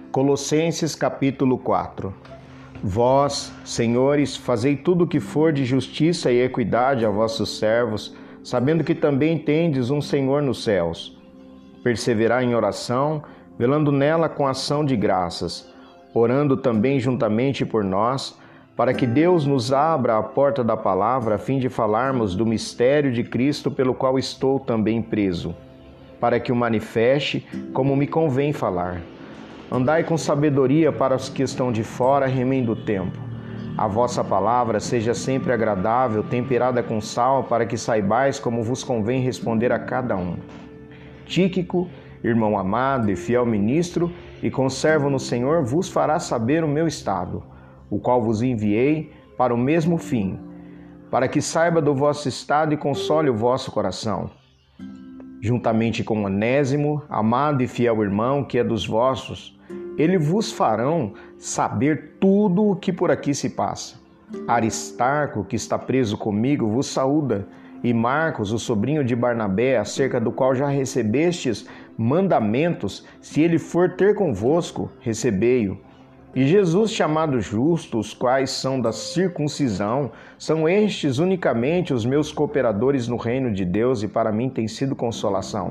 Colossenses capítulo 4. Vós, senhores, fazei tudo o que for de justiça e equidade a vossos servos, sabendo que também tendes um Senhor nos céus. Perseverai em oração, velando nela com ação de graças, orando também juntamente por nós, para que Deus nos abra a porta da palavra, a fim de falarmos do mistério de Cristo, pelo qual estou também preso, para que o manifeste como me convém falar. Andai com sabedoria para os que estão de fora, remendo o tempo. A vossa palavra seja sempre agradável, temperada com sal, para que saibais como vos convém responder a cada um. Tíquico, irmão amado e fiel ministro, e conservo no Senhor, vos fará saber o meu estado, o qual vos enviei para o mesmo fim, para que saiba do vosso estado e console o vosso coração. Juntamente com Onésimo, amado e fiel irmão, que é dos vossos, eles vos farão saber tudo o que por aqui se passa. Aristarco, que está preso comigo, vos saúda, e Marcos, o sobrinho de Barnabé, acerca do qual já recebestes mandamentos, se ele for ter convosco, recebei-o. E Jesus, chamado justo, os quais são da circuncisão, são estes unicamente os meus cooperadores no reino de Deus, e para mim tem sido consolação.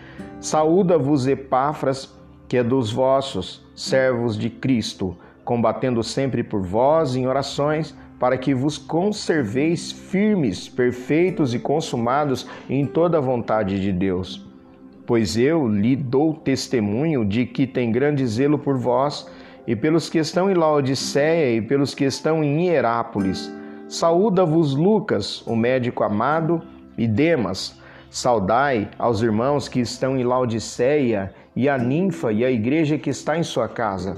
Saúda-vos Epáfras, que é dos vossos, servos de Cristo, combatendo sempre por vós em orações, para que vos conserveis firmes, perfeitos e consumados em toda a vontade de Deus. Pois eu lhe dou testemunho de que tem grande zelo por vós, e pelos que estão em Laodiceia e pelos que estão em Hierápolis. Saúda-vos Lucas, o médico amado, e Demas. Saudai aos irmãos que estão em Laodiceia e a Ninfa e a igreja que está em sua casa.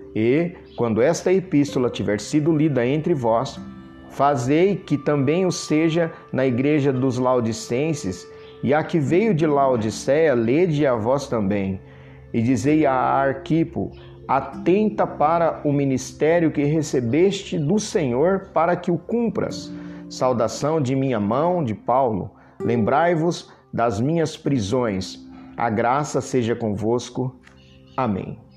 E, quando esta epístola tiver sido lida entre vós, fazei que também o seja na igreja dos laodicenses, e a que veio de Laodiceia, lede a vós também. E dizei a Arquipo: atenta para o ministério que recebeste do Senhor, para que o cumpras. Saudação de minha mão, de Paulo. Lembrai-vos das minhas prisões. A graça seja convosco. Amém.